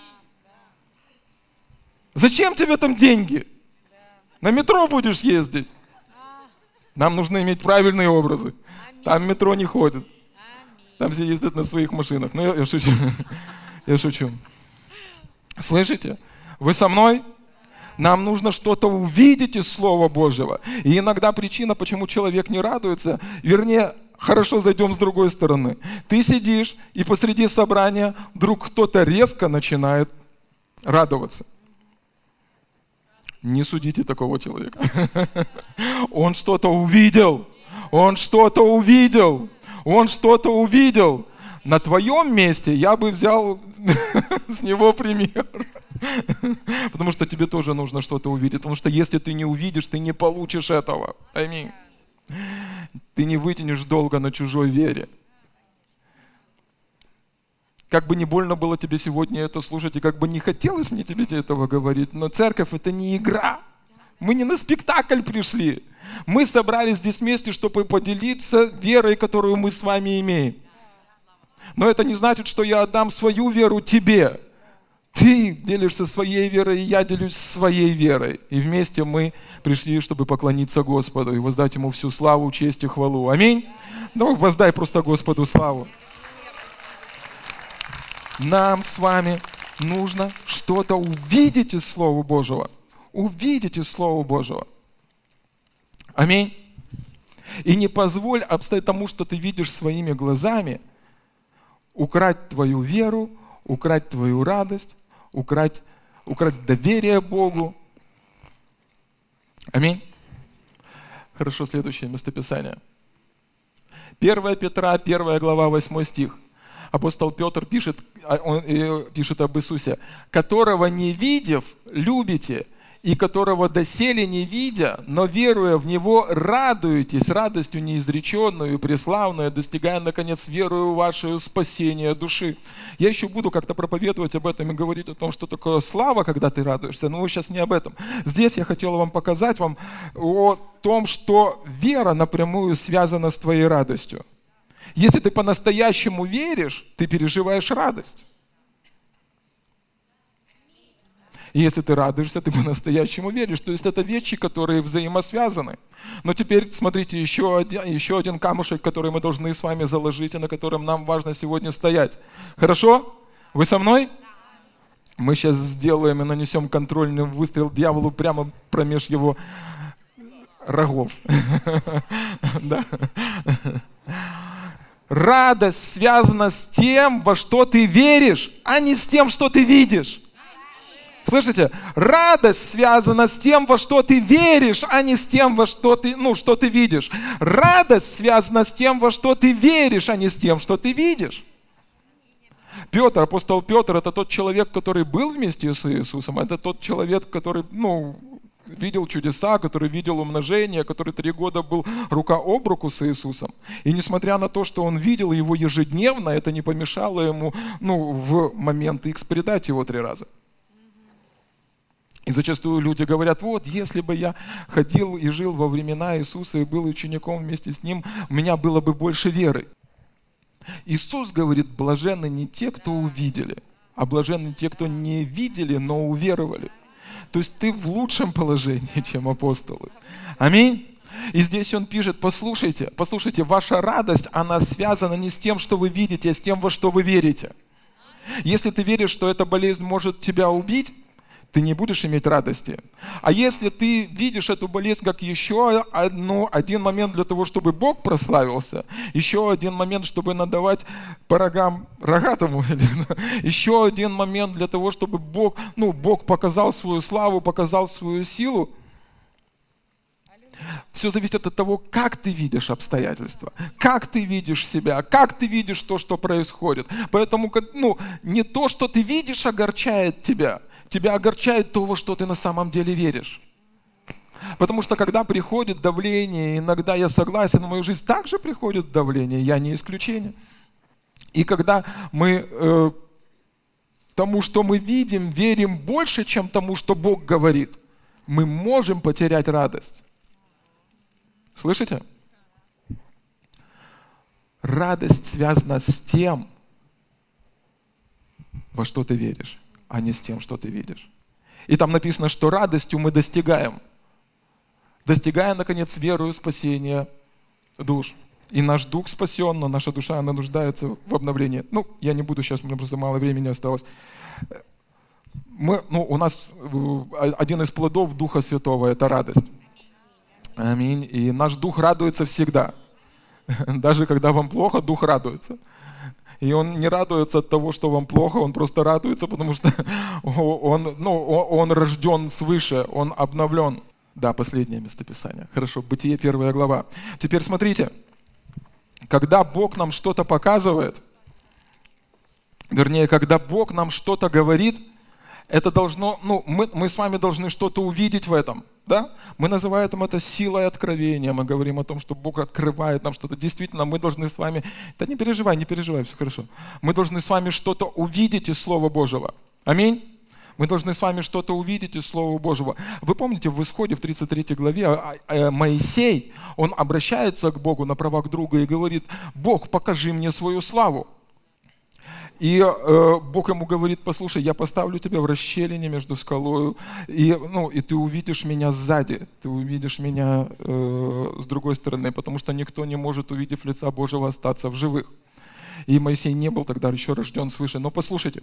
Зачем тебе там деньги? На метро будешь ездить. Нам нужно иметь правильные образы. Там метро не ходит. Там все ездят на своих машинах. Ну, я шучу. Я шучу. Слышите? Вы со мной? Нам нужно что-то увидеть из Слова Божьего. И иногда причина, почему человек не радуется, вернее, хорошо, зайдем с другой стороны. Ты сидишь, и посреди собрания вдруг кто-то резко начинает радоваться. Не судите такого человека. Он что-то увидел. Он что-то увидел. Он что-то увидел. На твоем месте я бы взял с него пример. Потому что тебе тоже нужно что-то увидеть. Потому что если ты не увидишь, ты не получишь этого. Аминь. Ты не вытянешь долго на чужой вере. Как бы не больно было тебе сегодня это слушать, и как бы не хотелось мне тебе этого говорить, но церковь — это не игра. Мы не на спектакль пришли. Мы собрались здесь вместе, чтобы поделиться верой, которую мы с вами имеем. Но это не значит, что я отдам свою веру тебе. Ты делишься своей верой, и я делюсь своей верой. И вместе мы пришли, чтобы поклониться Господу и воздать Ему всю славу, честь и хвалу. Аминь. Давай воздай просто Господу славу. Нам с вами нужно что-то увидеть из Слова Божьего. Увидеть из Слова Божьего. Аминь. И не позволь тому, что ты видишь своими глазами, украть твою веру, украть твою радость, украть доверие Богу. Аминь. Хорошо, следующее местописание. 1 Петра, 1 глава, 8 стих. Апостол Петр пишет об Иисусе: которого не видев, любите, и которого доселе не видя, но веруя в Него, радуетесь радостью неизреченную, преславную, достигая, наконец, верою вашей спасения души. Я еще буду как-то проповедовать об этом и говорить о том, что такое слава, когда ты радуешься, но сейчас не об этом. Здесь я хотел вам показать о том, что вера напрямую связана с твоей радостью. Если ты по-настоящему веришь, ты переживаешь радость. И если ты радуешься, ты по-настоящему веришь. То есть это вещи, которые взаимосвязаны. Но теперь смотрите, еще один камушек, который мы должны с вами заложить, и на котором нам важно сегодня стоять. Хорошо? Вы со мной? Мы сейчас сделаем и нанесем контрольный выстрел дьяволу прямо промеж его рогов. Радость связана с тем, во что ты веришь, а не с тем, что ты видишь. Слышите? Радость связана с тем, во что ты веришь, а не с тем, во что ты, что ты видишь. Радость связана с тем, во что ты веришь, а не с тем, что ты видишь. Петр, апостол Петр, это тот человек, который был вместе с Иисусом, это тот человек, который, видел чудеса, который видел умножение, который 3 года был рука об руку с Иисусом. И несмотря на то, что он видел его ежедневно, это не помешало ему, в момент X предать его 3 раза. И зачастую люди говорят, вот, если бы я ходил и жил во времена Иисуса и был учеником вместе с Ним, у меня было бы больше веры. Иисус говорит, блаженны не те, кто увидели, а блаженны те, кто не видели, но уверовали. То есть ты в лучшем положении, чем апостолы. Аминь. И здесь он пишет, послушайте, ваша радость, она связана не с тем, что вы видите, а с тем, во что вы верите. Если ты веришь, что эта болезнь может тебя убить, ты не будешь иметь радости. А если ты видишь эту болезнь как еще один момент для того, чтобы Бог прославился, еще один момент, чтобы надавать по рогам рогатому, еще один момент для того, чтобы Бог показал свою славу, показал свою силу, все зависит от того, как ты видишь обстоятельства, как ты видишь себя, как ты видишь то, что происходит. Поэтому не то, что ты видишь, огорчает тебя. Тебя огорчает то, во что ты на самом деле веришь. Потому что когда приходит давление, иногда я согласен, в мою жизнь также приходит давление, я не исключение. И когда мы тому, что мы видим, верим больше, чем тому, что Бог говорит, мы можем потерять радость. Слышите? Радость связана с тем, во что ты веришь, а не с тем, что ты видишь. И там написано, что радостью мы достигаем, наконец, верою спасения душ. И наш дух спасен, но наша душа, она нуждается в обновлении. Я не буду сейчас, у меня просто мало времени осталось. У нас один из плодов Духа Святого – это радость. Аминь. И наш дух радуется всегда. Даже когда вам плохо, дух радуется. И он не радуется от того, что вам плохо, он просто радуется, потому что он рожден свыше, он обновлен. Да, последнее местописание. Хорошо, Бытие 1 глава. Теперь смотрите, когда Бог нам что-то показывает, вернее, когда Бог нам что-то говорит, это должно, мы с вами должны что-то увидеть в этом. Да? Мы называем это силой откровения. Мы говорим о том, что Бог открывает нам что-то. Действительно, мы должны с вами... Да не переживай, все хорошо. Мы должны с вами что-то увидеть из Слова Божьего. Аминь. Мы должны с вами что-то увидеть из Слова Божьего. Вы помните, в Исходе, в 33 главе, Моисей, он обращается к Богу на правах друга и говорит, Бог, покажи мне свою славу. И Бог ему говорит, послушай, я поставлю тебя в расщелине между скалою, и ты увидишь меня сзади, ты увидишь меня с другой стороны, потому что никто не может, увидев лица Божьего, остаться в живых. И Моисей не был тогда еще рожден свыше. Но послушайте.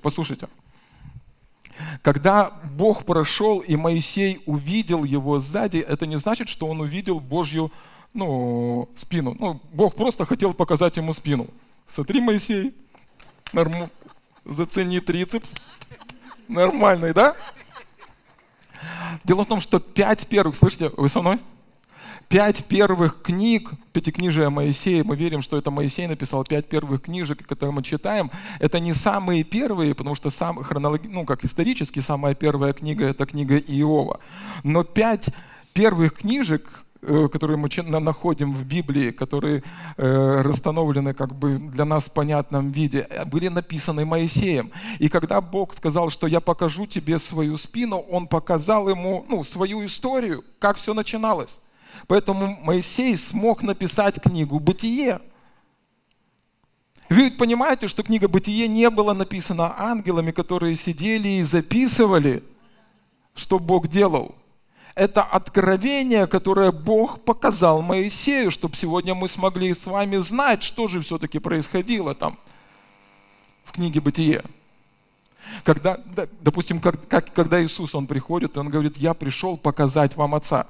Когда Бог прошел, и Моисей увидел его сзади, это не значит, что он увидел Божью спину. Бог просто хотел показать ему спину. Смотри, Моисей. Зацени трицепс. Нормальный, да? Дело в том, что 5 первых, слышите, вы со мной? 5 первых книг, пятикнижия Моисея, мы верим, что это Моисей написал 5 первых книжек, которые мы читаем. Это не самые первые, потому что как исторически самая первая книга – это книга Иова. Но 5 первых книжек, которые мы находим в Библии, которые расстановлены для нас в понятном виде, были написаны Моисеем. И когда Бог сказал, что я покажу тебе свою спину, Он показал ему свою историю, как все начиналось. Поэтому Моисей смог написать книгу «Бытие». Вы ведь понимаете, что книга «Бытие» не была написана ангелами, которые сидели и записывали, что Бог делал. Это откровение, которое Бог показал Моисею, чтобы сегодня мы смогли с вами знать, что же все-таки происходило там в книге «Бытие». Когда, допустим, когда Иисус, Он приходит, Он говорит, я пришел показать вам Отца.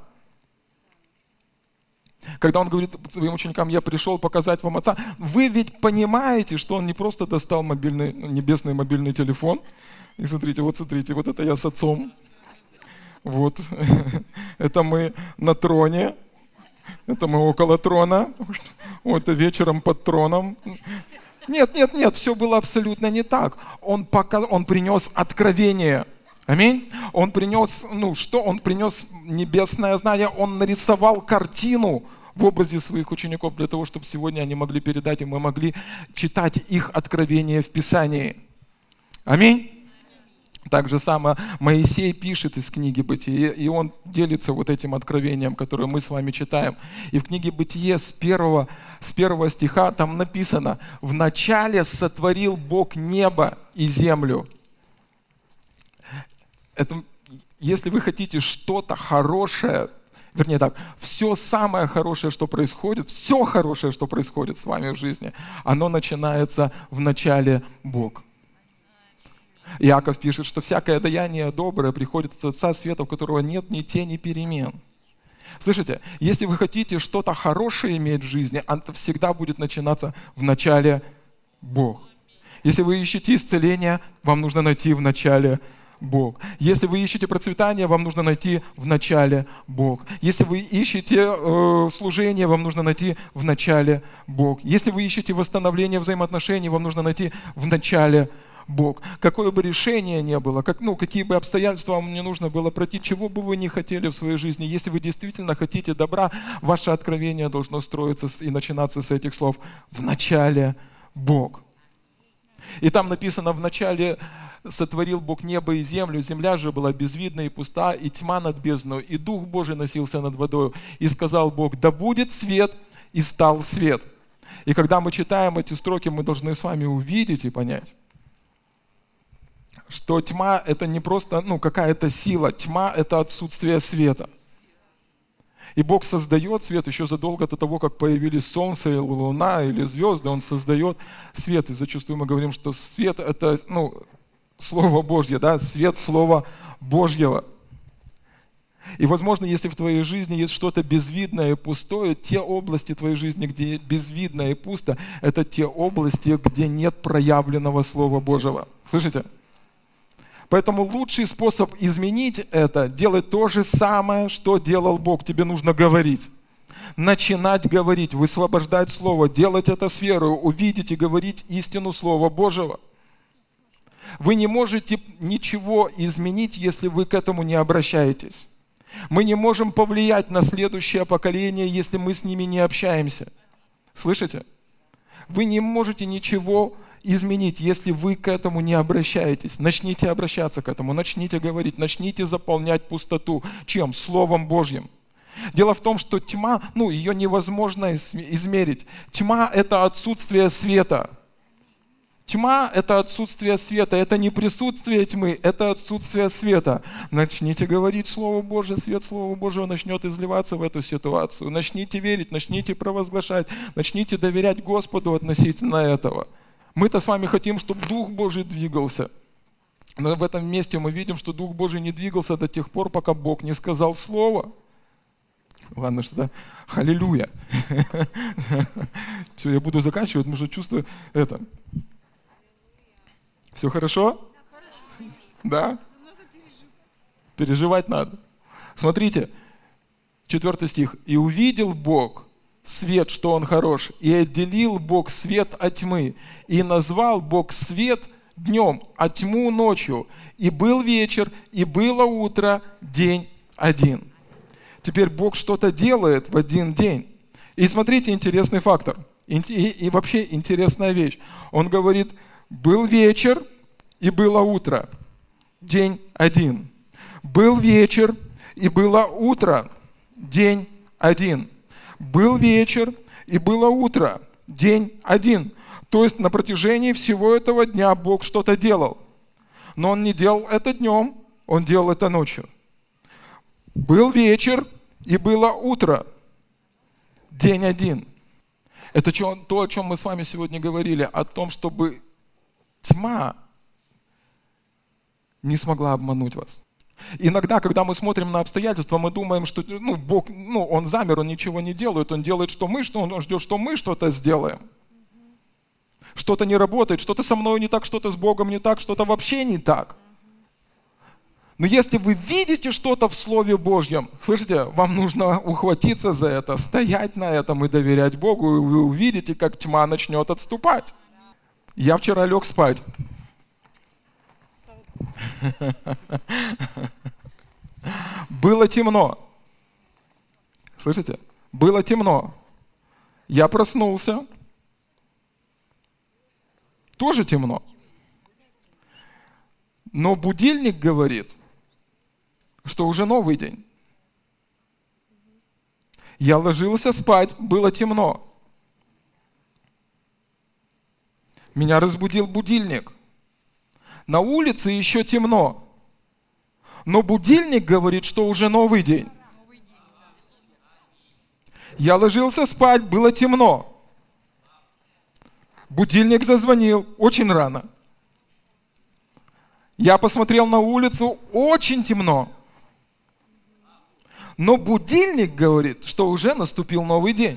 Когда Он говорит своим ученикам, я пришел показать вам Отца, вы ведь понимаете, что Он не просто достал небесный мобильный телефон, И смотрите, вот это я с отцом. Вот, это мы на троне, это мы около трона, вот вечером под троном. Нет, все было абсолютно не так. Он принес откровение. Аминь. Он принес, Он принес небесное знание, он нарисовал картину в образе своих учеников для того, чтобы сегодня они могли передать, и мы могли читать их откровения в Писании. Аминь. Так же самое Моисей пишет из книги «Бытие», и он делится вот этим откровением, которое мы с вами читаем. И в книге «Бытие» с первого стиха там написано: «Вначале сотворил Бог небо и землю». Это, если вы хотите что-то хорошее, вернее так, все самое хорошее, что происходит, все хорошее, что происходит с вами в жизни, оно начинается в начале Бог. Иаков пишет, что всякое даяние доброе приходит от Отца Света, у которого нет ни тени перемен. Слышите, если вы хотите что-то хорошее иметь в жизни, это всегда будет начинаться в начале Бог. Если вы ищете исцеление, вам нужно найти в начале Бог. Если вы ищете процветание, вам нужно найти в начале Бог. Если вы ищете служение, вам нужно найти в начале Бог. Если вы ищете восстановление взаимоотношений, вам нужно найти в начале Бог. Какое бы решение ни было, какие бы обстоятельства вам не нужно было пройти, чего бы вы ни хотели в своей жизни, если вы действительно хотите добра, ваше откровение должно строиться и начинаться с этих слов: в начале Бог. И там написано: в начале сотворил Бог небо и землю, земля же была безвидна и пуста, и тьма над бездною, и Дух Божий носился над водою. И сказал Бог: да будет свет, и стал свет. И когда мы читаем эти строки, мы должны с вами увидеть и понять, что тьма — это не просто какая-то сила, тьма — это отсутствие света. И Бог создает свет еще задолго до того, как появились солнце, или луна, или звезды. Он создает свет. И зачастую мы говорим, что свет — это Слово Божье, да? Свет Слова Божьего. И, возможно, если в твоей жизни есть что-то безвидное и пустое, те области твоей жизни, где безвидно и пусто, это те области, где нет проявленного Слова Божьего. Слышите? Поэтому лучший способ изменить это — делать то же самое, что делал Бог. Тебе нужно говорить. Начинать говорить, высвобождать Слово, делать это с верой, увидеть и говорить истину Слова Божьего. Вы не можете ничего изменить, если вы к этому не обращаетесь. Мы не можем повлиять на следующее поколение, если мы с ними не общаемся. Слышите? Вы не можете ничего изменить, если вы к этому не обращаетесь. Начните обращаться к этому, начните говорить, начните заполнять пустоту. Чем? Словом Божьим. Дело в том, что тьма, ее невозможно измерить. Тьма — это отсутствие света. Тьма — это отсутствие света, это не присутствие тьмы, это отсутствие света. Начните говорить Слово Божие, свет Слова Божьего начнет изливаться в эту ситуацию. Начните верить, начните провозглашать, начните доверять Господу относительно этого. Мы-то с вами хотим, чтобы Дух Божий двигался. Но в этом месте мы видим, что Дух Божий не двигался до тех пор, пока Бог не сказал Слово. Ладно, что-то халилюя. Все, я буду заканчивать, потому что чувствую это. Все хорошо? Да? Переживать надо. Смотрите, 4 стих. «И увидел Бог свет, что он хорош, и отделил Бог свет от тьмы, и назвал Бог свет днем, а тьму ночью. И был вечер, и было утро, день один». Теперь Бог что-то делает в один день. И смотрите, интересный фактор. И вообще интересная вещь. Он говорит: был вечер, и было утро. День один. Был вечер, и было утро. День один. Был вечер, и было утро. День один. То есть на протяжении всего этого дня Бог что-то делал. Но Он не делал это днем, Он делал это ночью. Был вечер, и было утро. День один. Это то, о чем мы с вами сегодня говорили, о том, чтобы тьма не смогла обмануть вас. Иногда, когда мы смотрим на обстоятельства, мы думаем, что Бог, Он замер, Он ничего не делает, Он делает, что Он ждет, что мы что-то сделаем. Что-то не работает, что-то со мной не так, что-то с Богом не так, что-то вообще не так. Но если вы видите что-то в Слове Божьем, слышите, вам нужно ухватиться за это, стоять на этом и доверять Богу, и вы увидите, как тьма начнет отступать. Я вчера лег спать. Было темно. Слышите? Было темно. Я проснулся. Тоже темно. Но будильник говорит, что уже новый день. Я ложился спать, было темно. Меня разбудил будильник. На улице еще темно. Но будильник говорит, что уже новый день. Я ложился спать, было темно. Будильник зазвонил очень рано. Я посмотрел на улицу, очень темно. Но будильник говорит, что уже наступил новый день.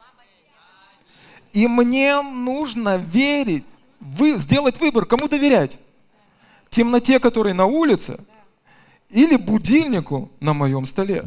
И мне нужно верить, сделать выбор, кому доверять. Темноте, которая на улице, или будильнику на моем столе.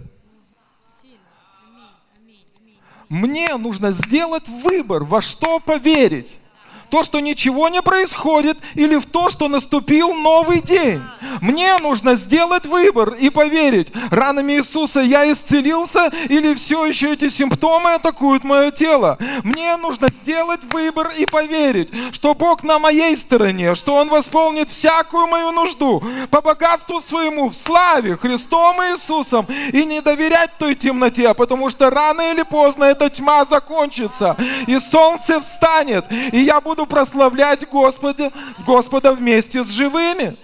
Мне нужно сделать выбор, во что поверить. То, что ничего не происходит, или в то, что наступил новый день. Мне нужно сделать выбор и поверить, ранами Иисуса я исцелился, или все еще эти симптомы атакуют мое тело. Мне нужно сделать выбор и поверить, что Бог на моей стороне, что Он восполнит всякую мою нужду по богатству своему, в славе Христом и Иисусом, и не доверять той темноте, потому что рано или поздно эта тьма закончится, и солнце встанет, и я буду прославлять Господа вместе с живыми.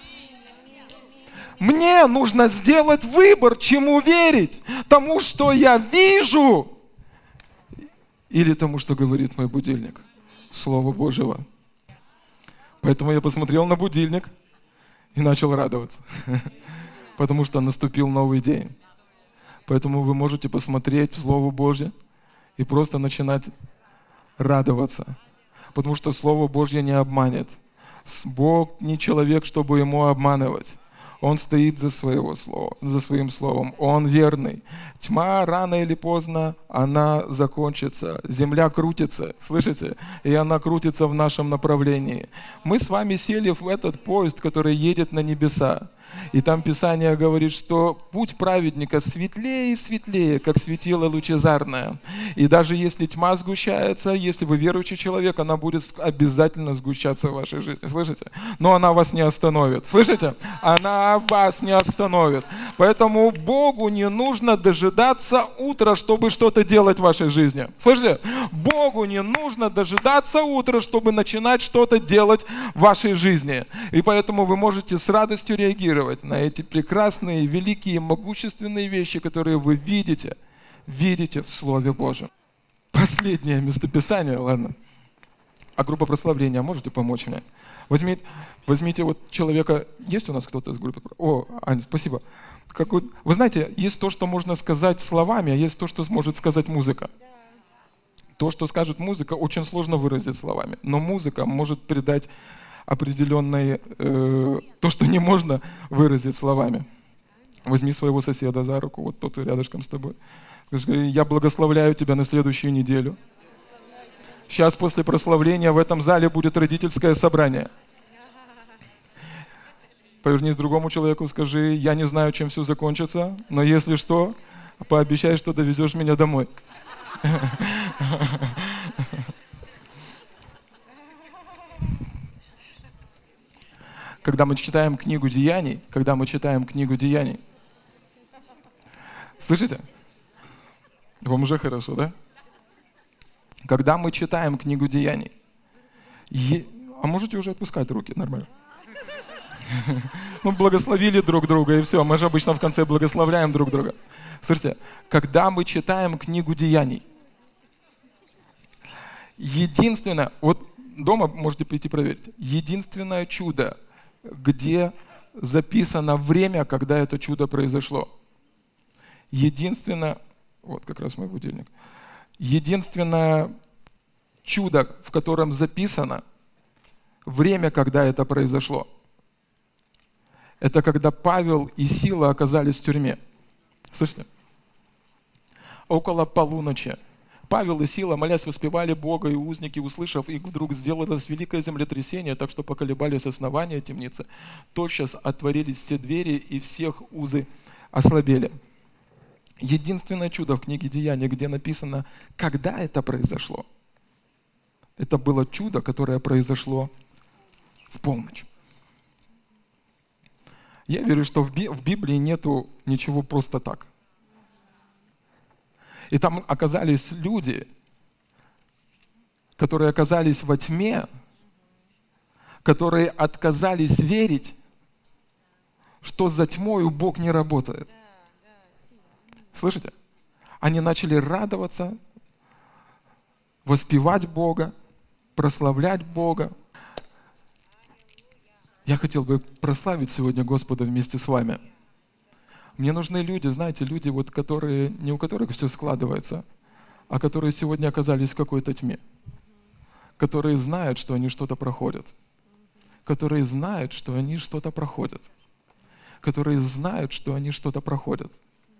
Мне нужно сделать выбор, чему верить. Тому, что я вижу, или тому, что говорит мой будильник. Слово Божьего. Поэтому я посмотрел на будильник и начал радоваться. Потому что наступил новый день. Поэтому вы можете посмотреть в Слово Божье и просто начинать радоваться. Потому что Слово Божье не обманет. Бог не человек, чтобы ему обманывать. Он стоит за своим словом. Он верный. Тьма рано или поздно, она закончится. Земля крутится, слышите? И она крутится в нашем направлении. Мы с вами сели в этот поезд, который едет на небеса. И там Писание говорит, что путь праведника светлее и светлее, как светило лучезарное. И даже если тьма сгущается, если вы верующий человек, она будет обязательно сгущаться в вашей жизни. Слышите? Но она вас не остановит. Слышите? Она вас не остановит. Поэтому Богу не нужно дожидаться утра, чтобы что-то делать в вашей жизни. Слышите? Богу не нужно дожидаться утра, чтобы начинать что-то делать в вашей жизни. И поэтому вы можете с радостью реагировать на эти прекрасные, великие, могущественные вещи, которые вы видите в Слове Божьем. Последнее местописание, ладно. А группа прославления, можете помочь мне? Возьмите вот человека, есть у нас кто-то из группы? О, Аня, спасибо. Вы знаете, есть то, что можно сказать словами, а есть то, что сможет сказать музыка. То, что скажет музыка, очень сложно выразить словами, но музыка может передать определенное, то, что не можно выразить словами. Возьми своего соседа за руку, вот тот рядышком с тобой. Скажи: я благословляю тебя на следующую неделю. Сейчас после прославления в этом зале будет родительское собрание. Повернись к другому человеку, скажи: я не знаю, чем все закончится, но если что, пообещай, что довезешь меня домой. Когда мы читаем книгу Деяний, слышите? Вам уже хорошо, да? Когда мы читаем книгу Деяний, а можете уже отпускать руки, нормально? Ну, благословили друг друга, и все. Мы же обычно в конце благословляем друг друга. Слушайте, когда мы читаем книгу Деяний, единственное, вот дома можете прийти проверить, единственное чудо, где записано время, когда это чудо произошло. Единственное, вот как раз мой будильник, единственное чудо, в котором записано время, когда это произошло, Это когда Павел и Сила оказались в тюрьме. Слышите? Около полуночи Павел и Сила, молясь, воспевали Бога, и узники, услышав их, вдруг сделалось великое землетрясение, так что поколебались основания темницы. Тотчас отворились все двери, и всех узы ослабели. Единственное чудо в книге Деяний, где написано, когда это произошло, это было чудо, которое произошло в полночь. Я верю, что в Библии нету ничего просто так. И там оказались люди, которые оказались во тьме, которые отказались верить, что за тьмою Бог не работает. Слышите? Они начали радоваться, воспевать Бога, прославлять Бога. Я хотел бы прославить сегодня Господа вместе с вами. Мне нужны люди, знаете, люди, вот, которые, не у которых все складывается, а которые сегодня оказались в какой-то тьме, которые знают, что они что-то проходят, которые знают, что они что-то проходят, которые знают, что они что-то проходят.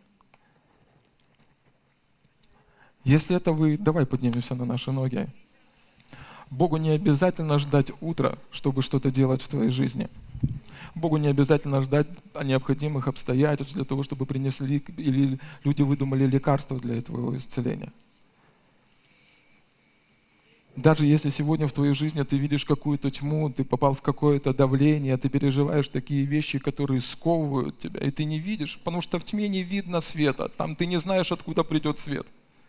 Если это вы, давай поднимемся на наши ноги. Богу не обязательно ждать утра, чтобы что-то делать в твоей жизни. Богу не обязательно ждать необходимых обстоятельств для того, чтобы принесли или люди выдумали лекарства для твоего исцеления. Даже если сегодня в твоей жизни ты видишь какую-то тьму, ты попал в какое-то давление, ты переживаешь такие вещи, которые сковывают тебя, и ты не видишь, потому что в тьме не видно света, там ты не знаешь, откуда придет свет.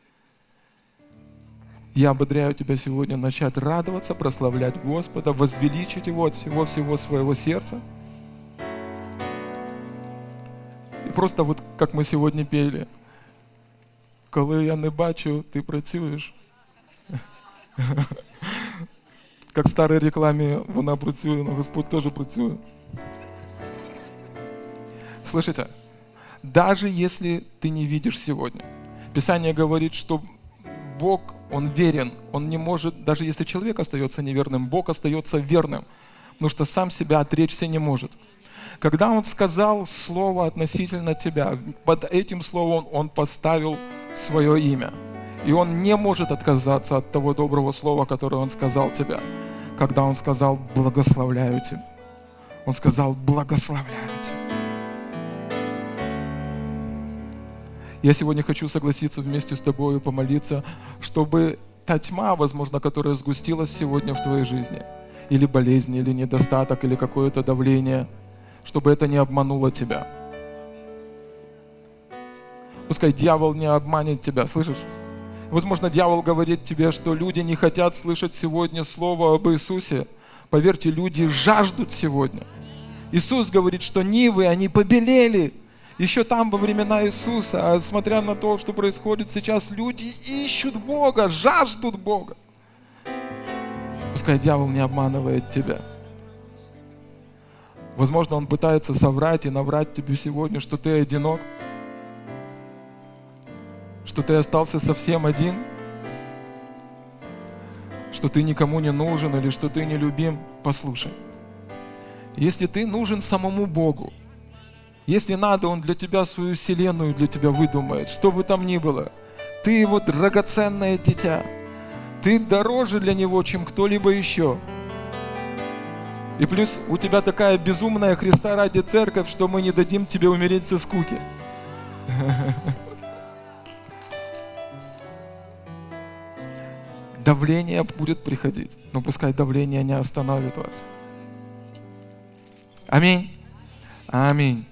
Я ободряю тебя сегодня начать радоваться, прославлять Господа, возвеличить Его от всего-всего своего сердца. І просто вот как мы сегодня пели. Коли я не бачу, ти працюєш. Как в старой рекламе, вона працює, но Господь тоже працює. Слышите? Даже если ты не видишь сегодня. Писание говорит, что Бог, Он верен, Он не может, даже если человек остается неверным, Бог остается верным, потому что сам себя отречься не может. Когда Он сказал слово относительно тебя, под этим словом Он поставил свое имя. И Он не может отказаться от того доброго слова, которое Он сказал тебе. Когда Он сказал «благословляю тебя». Он сказал «благословляю тебя». Я сегодня хочу согласиться вместе с тобой и помолиться, чтобы та тьма, возможно, которая сгустилась сегодня в твоей жизни, или болезнь, или недостаток, или какое-то давление, чтобы это не обмануло тебя. Пускай дьявол не обманет тебя, слышишь? Возможно, дьявол говорит тебе, что люди не хотят слышать сегодня слово об Иисусе. Поверьте, люди жаждут сегодня. Иисус говорит, что нивы, они побелели. Еще там во времена Иисуса, а смотря на то, что происходит сейчас, люди ищут Бога, жаждут Бога. Пускай дьявол не обманывает тебя. Возможно, он пытается соврать и наврать тебе сегодня, что ты одинок, что ты остался совсем один, что ты никому не нужен или что ты не любим. Послушай, если ты нужен самому Богу, если надо, Он для тебя свою вселенную для тебя выдумает, что бы там ни было. Ты Его драгоценное дитя. Ты дороже для Него, чем кто-либо еще. И плюс у тебя такая безумная Христа ради церковь, что мы не дадим тебе умереть со скуки. Давление будет приходить, но пускай давление не остановит вас. Аминь. Аминь.